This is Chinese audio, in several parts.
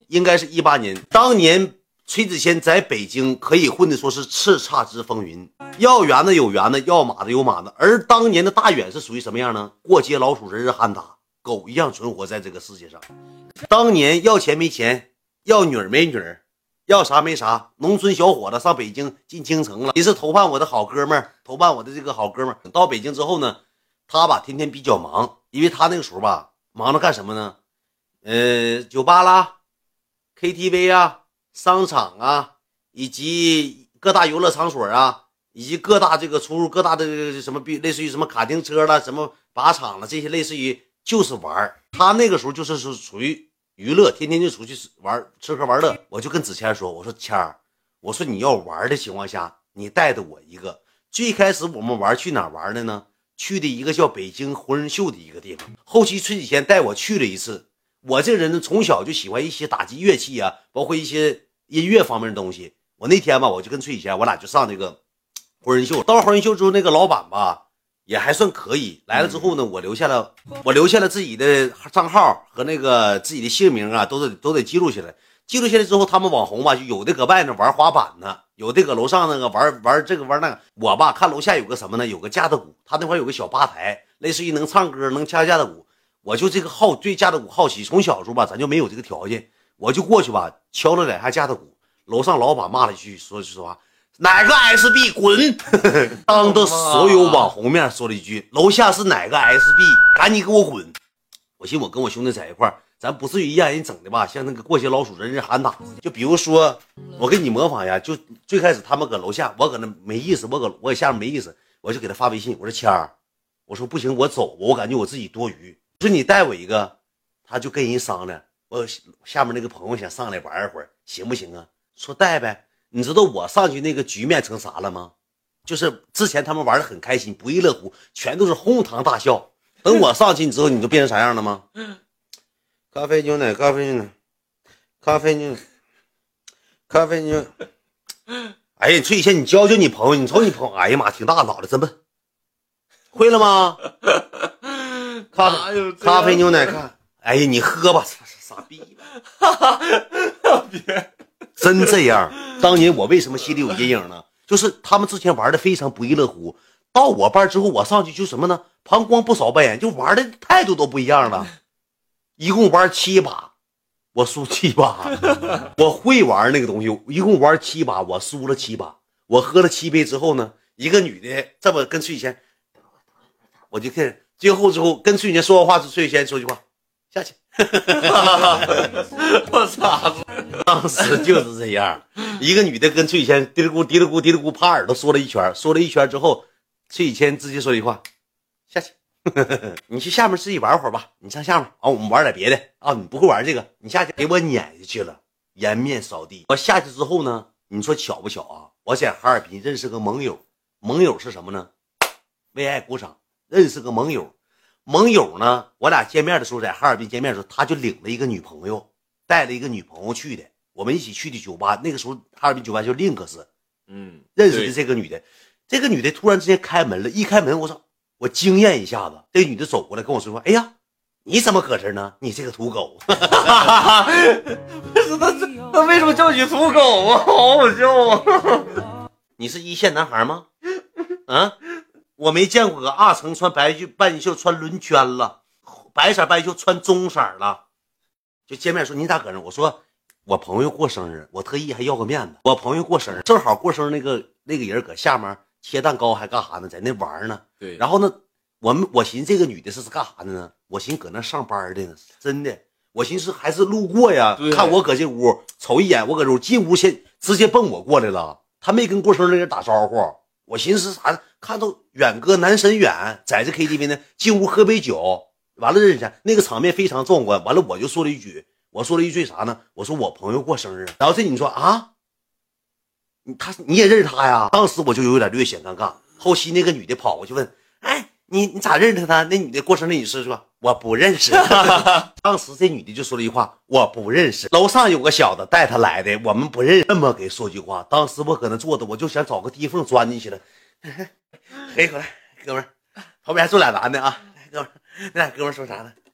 应该是18年。当年崔子谦在北京可以混的说是叱咤之风云，要圆的有圆的，要马的有马的。而当年的大远是属于什么样呢？过街老鼠，人人喊打，狗一样存活在这个世界上。当年要钱没钱，要女儿没女儿，要啥没啥。农村小伙子上北京进京城了，也是投办我的好哥们儿，投办我的这个好哥们儿。到北京之后呢，他吧天天比较忙，因为他那个时候吧忙着干什么呢？酒吧啦、KTV 啊、商场啊，以及各大游乐场所啊，以及各大这个出入各大的什么类似于什么卡丁车啦、什么靶场啦，这些类似于就是玩。他那个时候就是属于娱乐，天天就出去玩，吃喝玩乐。我就跟子谦说，我说谦儿，我说你要玩的情况下，你带着我一个。最开始我们玩去哪玩的呢？去的一个叫北京活人秀的一个地方。后期崔子谦带我去了一次。我这人呢，从小就喜欢一些打击乐器啊，包括一些音乐方面的东西。我那天吧，我就跟崔子谦，我俩就上这个活人秀。到活人秀之后，那个老板吧也还算可以。来了之后呢，我留下了自己的账号和那个自己的姓名啊，都得记录下来。记录下来之后，他们网红吧，就有的搁外头玩滑板呢，有的搁楼上那个玩这个玩那个。我吧看楼下有个什么呢？有个架子鼓，他那块有个小吧台，类似于能唱歌能敲架子鼓。我就这个对架子鼓好奇，从小时候吧，咱就没有这个条件，我就过去吧，敲了2下架子鼓。楼上老板骂了一句，说实话，哪个 SB 滚！当着所有网红面说了一句，楼下是哪个 SB， 赶紧给我滚！我寻我跟我兄弟在一块儿，咱不至于让人整的吧，像那个过街老鼠，人人喊打。就比如说，我给你模仿呀，就最开始他们搁楼下，我搁那没意思，我搁下面没意思，我就给他发微信，我说谦儿，我说不行，我走，我感觉我自己多余。说你带我一个，他就跟人商量，我下面那个朋友想上来玩一会儿，行不行啊？说带呗。你知道我上去那个局面成啥了吗？就是之前他们玩的很开心，不亦乐乎，全都是哄堂大笑。等我上去之后，你都变成啥样了吗？咖啡牛奶，咖啡牛奶，咖啡牛奶，咖啡牛奶。哎呀，崔以前你教你朋友，你瞅你朋友，哎呀妈，挺大脑袋，真笨，会了吗？咖啡牛奶看，哎呀，你喝吧，傻逼吧，别真这样。当年我为什么心里有阴影呢？就是他们之前玩的非常不亦乐乎，到我班之后，我上去就什么呢？旁观不少扮演，就玩的态度都不一样了。一共玩7把，我输7把。我会玩那个东西，一共玩7把，我输了7把。我喝了7杯之后呢，一个女的这么跟崔谦，我就看。最后之后跟崔谦说完话，崔谦说句话，下去。我操！当时就是这样，一个女的跟崔谦嘀哩咕嘀哩咕嘀哩咕，趴耳朵说了一圈，说了一圈之后，崔谦直接说一句话，下去。你去下面自己玩会儿吧，你上下面啊，我们玩点别的啊，你不会玩这个，你下去。给我撵下去了，颜面扫地。我下去之后呢，你说巧不巧啊？我在哈尔滨认识个盟友，盟友是什么呢？为爱鼓掌。认识个盟友，盟友呢，我俩见面的时候，在哈尔滨见面的时候，他就领了一个女朋友，带了一个女朋友去的，我们一起去的酒吧。那个时候哈尔滨酒吧叫林克斯，认识的这个女的。这个女的突然之间开门了，一开门，我操，我惊艳一下子。这个女的走过来跟我说，哎呀，你怎么搁这呢？你这个土狗。他为什么叫你土狗啊？好好笑啊。你是一线男孩吗？啊，我没见过个2层穿白半袖穿轮圈了，白色半袖穿棕色了。就见面说你咋搁这？我说我朋友过生日，我特意还要个面子。我朋友过生日，正好过生日那个人搁下面切蛋糕还干啥呢？在那玩呢。 对。 然后呢，我寻思这个女的是干啥的呢？我寻思搁那上班的呢，真的。我寻思还是路过呀，看我搁这屋瞅一眼，我搁这屋进屋先直接奔我过来了。他没跟过生日那人打招呼。我寻思啥？看到远哥男神远在这 KTV 呢，进屋喝杯酒，完了认识那个场面非常壮观。完了我就说了一句，啥呢？我说我朋友过生日。然后这你说啊，你也认识他呀？当时我就有点略显尴尬。后期那个女的跑过去问，哎，你咋认识他？那女的过生日你是说我不认识。当时这女的就说了一句话，我不认识，楼上有个小子带他来的，我们不认识。这么给说句话，当时我搁那坐着，我就想找个地缝钻进去了。嘿，过来，哥们儿，旁边还坐俩男的啊，哥们儿，那俩哥们儿说啥呢？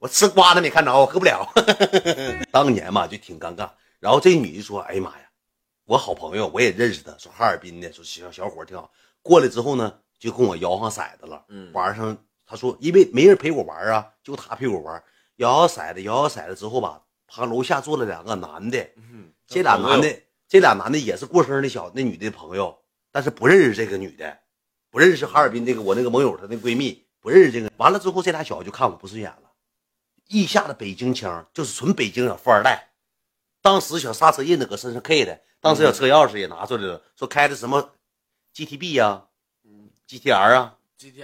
我吃瓜都没看着，我喝不了。当年嘛就挺尴尬。然后这女的说：“哎呀妈呀，我好朋友我也认识他，说哈尔滨的，说小伙挺好。过来之后呢，就跟我摇上骰子了。玩上，他说因为没人陪我玩啊，就他陪我玩，摇骰子之后吧，旁楼下坐了2个男的，这俩男的也是过生的那女的朋友，但是不认识这个女的，不认识哈尔滨我那个盟友她那闺蜜，不认识这个。完了之后，这俩小子就看我不顺眼了，一下的北京腔，就是纯北京小富二代。当时小刹车印子搁身上 K 的，当时小车钥匙也拿出来了，说开的什么 GTB 呀、GTR 啊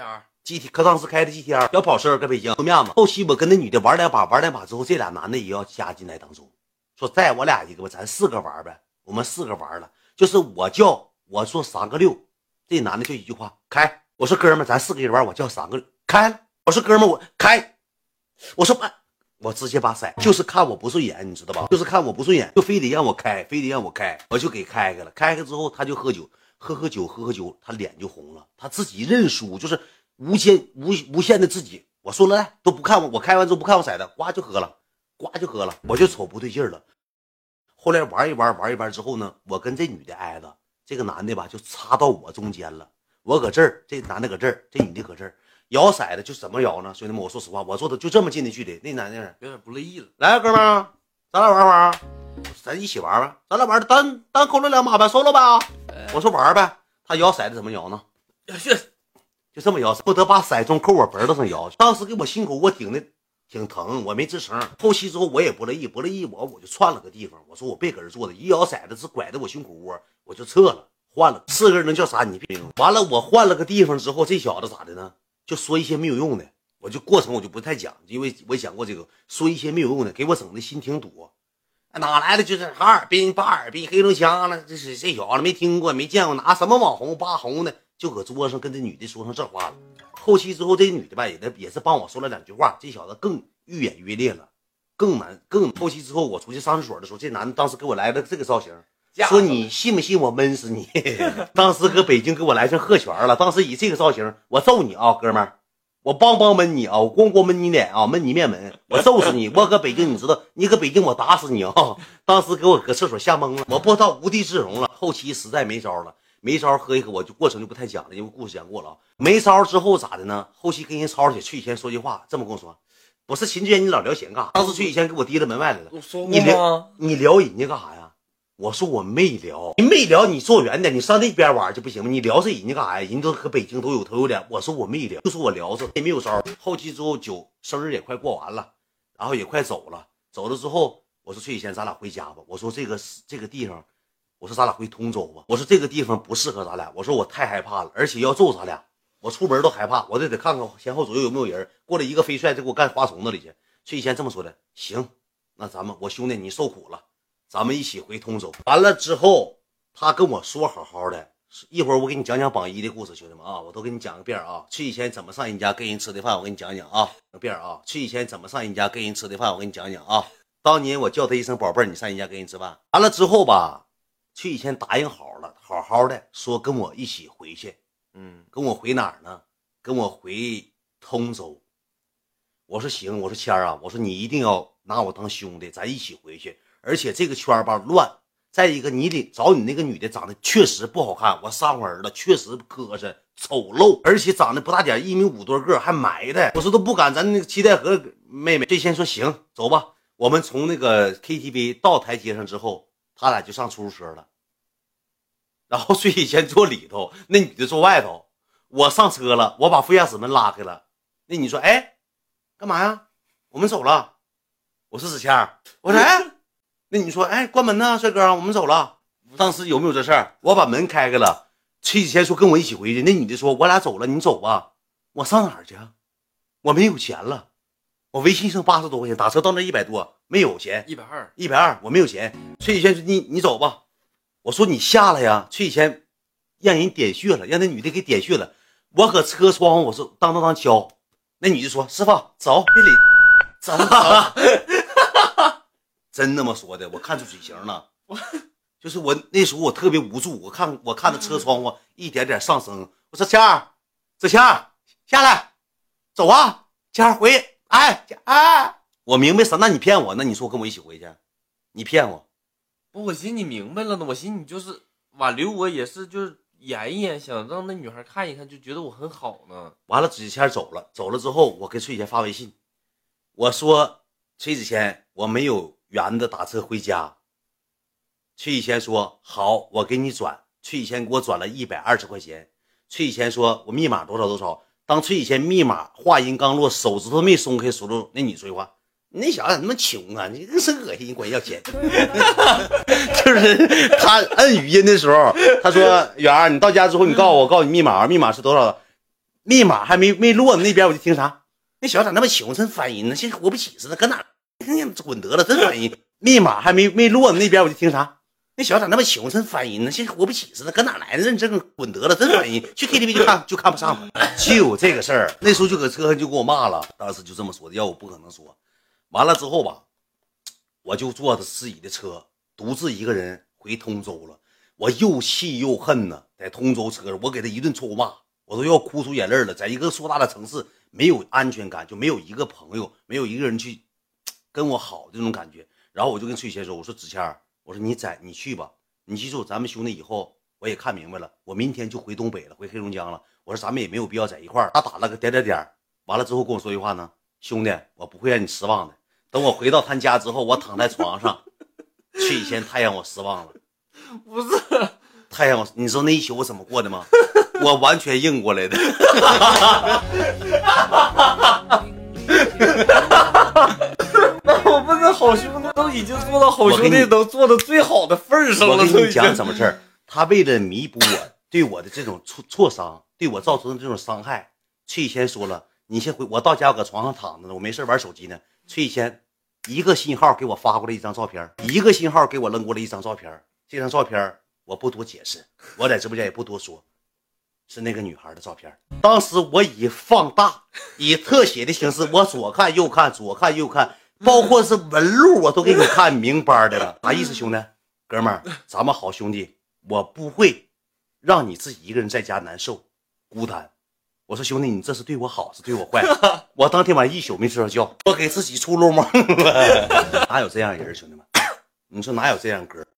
GT， 可当时开的 GTR 小跑车，搁北京有面子。后期我跟那女的玩两把之后，这俩男的也要加进来当中，说再我俩一个吧，咱4个玩呗。我们4个玩了，就是我说3个6，这男的就一句话开。我说哥们儿，咱4个人玩，我叫3个开了。我说哥们儿，我开。我说我直接把骰，就是看我不顺眼，你知道吧？就是看我不顺眼，就非得让我开，我就给开开了。开开之后，他就喝酒，喝酒，他脸就红了，他自己认输，就是无限的自己。我说了都不看我开完之后不看我骰子，呱就喝了，我就瞅不对劲了。后来玩一玩之后呢，我跟这女的挨着，这个男的吧就插到我中间了，我搁这儿，这男的搁这儿，这女的搁这儿。摇骰子就怎么摇呢？兄弟们，我说实话，我坐的就这么近的距离，那男的有点不乐意了。 来，哥们儿，咱俩玩，咱一起玩吧，咱俩玩单扣了2把呗，收了吧。我说玩呗，他摇骰子怎么摇呢？就这么摇，不得把骰盅扣我脖子上摇。当时给我心口我挺疼，我没吱声。后期之后我也不乐意，我就窜了个地方，我说我别搁这坐着，一摇骰子是拐着我胸口窝，我就撤了，换了。4个人能叫啥？你别完了，我换了个地方之后，这小子咋的呢？就说一些没有用的，过程我就不太讲，因为我讲过这个，说一些没有用的，给我整的心挺堵。哪来的就是哈尔滨、巴尔滨、黑龙江了，这小子没听过没见过，拿什么网红扒红的，就搁桌上跟这女的说上这话了。后期之后，这女的吧也是帮我说了2句话，这小子更愈演愈烈了，更后期之后，我出去上厕所的时候，这男的当时给我来了这个造型。说你信不信我闷死你？当时搁北京给我来成鹤拳了，当时以这个造型，我揍你啊，哥们儿，我梆闷你啊，我咣闷你脸啊，闷你面门，我揍死你！我搁北京，你知道，你搁北京我打死你啊！当时给我搁厕所吓懵了，我不知道无地自容了。后期实在没招了，没招喝一喝，我就过程就不太讲了，因为故事讲过了啊。没招之后咋的呢？后期跟人吵起，去以前说句话，这么跟我说，不是秦志远，你老聊闲干啥？当时去以前给我提到门外来了，你聊人家干啥呀？我说我没聊，你没聊，你坐远点，你上那边玩就不行吗？你聊是人家干啥呀？人都搁北京都有头有脸。我说我没聊，就说我聊着也没有招。后期之后生日也快过完了，然后也快走了。走了之后，我说崔以前咱俩回家吧。我说这个地方，我说咱俩回通州吧。我说这个地方不适合咱俩。我说我太害怕了，而且要揍咱俩，我出门都害怕，我得看看前后左右有没有人。过来一个飞帅就给我干花丛子里去。崔以前这么说的，行，那我兄弟你受苦了。咱们一起回通州。完了之后，他跟我说好好的，一会儿我给你讲讲榜一的故事，兄弟们啊，我都给你讲个遍啊。去以前怎么上人家跟人吃的饭，我给你讲讲啊，个遍啊。去以前怎么上人家跟人吃的饭，我给你讲讲啊。当年我叫他一声宝贝儿，你上人家跟人吃饭。完了之后吧，去以前答应好了，好好的说跟我一起回去，跟我回哪儿呢？跟我回通州。我说行，我说谦儿啊，我说你一定要拿我当兄弟，咱一起回去。而且这个圈吧乱，再一个你得找你那个女的长得确实不好看，我上会儿了确实磕碜丑陋，而且长得不大点，1.5米多个，还埋汰，我说都不敢。咱那个七代河妹妹最先说行，走吧。我们从那个 KTV 到台阶上之后，他俩就上出租车了，然后最以前坐里头，那女的坐外头，我上车了，我把副驾驶门拉开了，那你说哎干嘛呀？我们走了。我说子谦，我说哎。那你说，哎，关门呢，帅哥，我们走了。当时有没有这事儿？我把门开开了。崔以前说跟我一起回去，那女的说我俩走了，你走吧。我上哪儿去啊？我没有钱了，我微信剩80多块钱，打车到那100多，没有钱。120，我没有钱。崔以前说你走吧。我说你下来呀。崔以前让人点穴了，让那女的给点穴了。我搁车窗户我说当敲，那女的说师傅走，别理，走。真那么说的，我看出嘴型了。就是我那时候我特别无助，我看着车窗户一点点上升。我说谦儿，子谦儿下来，走啊，谦儿回我明白啥？那你骗我？那你说跟我一起回去？你骗我？ 不，我寻思你明白了呢，我寻思你就是挽留我也是就是演一演，想让那女孩看一看，就觉得我很好呢。 完了，子谦走了之后，我给崔子谦发微信，我说崔子谦，我没有缘的打车回家。崔子谦说好，我给你转。崔子谦给我转了120块钱。崔子谦说我密码多少多少。当崔子谦密码话音刚落，手指头没松开，手中那女说话，你那小子咋那么穷啊？你真恶心，你管人要钱。就是他摁语音的时候，他说圆儿，你到家之后你告诉我，告诉你密码，密码是多少？密码还没落呢，那边我就听啥？那小子咋那么穷，真烦人呢，像活不起似的，搁哪滚得了，真烦人。密码还没落呢，那边我就听啥？那小子咋那么穷，真烦人呢，像活不起似的，搁哪来的认真滚得了，真烦人。去 KTV 就看不上了，就这个事儿，那时候就搁车上就给我骂了，当时就这么说的，要我不可能说。完了之后吧，我就坐着自己的车，独自一个人回通州了。我又气又恨呢，在通州车上，我给他一顿臭骂，我都要哭出眼泪了。在一个硕大的城市，没有安全感，就没有一个朋友，没有一个人去跟我好这种感觉。然后我就跟崔谦说，我说子谦，我说你去吧，你记住咱们兄弟以后我也看明白了，我明天就回东北了，回黑龙江了。我说咱们也没有必要在一块儿。他打了个点，完了之后跟我说一句话呢，兄弟，我不会让你失望的。等我回到他家之后，我躺在床上，崔谦太让我失望了。 不是， 太让我，你知道那一宿我怎么过的吗？我完全硬过来的。 那我们的好兄弟都已经做到好兄弟都做的最好的份上了。 我跟你讲什么事儿？他为了弥补我对我的这种挫伤，对我造成的这种伤害，崔谦说了，你先回，我到家搁床上躺着呢，我没事玩手机呢。崔谦一个信号给我发过来一张照片，一个信号给我扔过来一张照片。这张照片我不多解释，我在直播间也不多说，是那个女孩的照片。当时我以放大、以特写的形式，我左看右看，左看右看，包括是纹路我都给你看明白的了。啥意思，兄弟？哥们儿，咱们好兄弟，我不会让你自己一个人在家难受、孤单。我说兄弟，你这是对我好，是对我坏？我当天晚上一宿没睡着觉，我给自己出路吗？哪有这样人，兄弟们？你说哪有这样哥？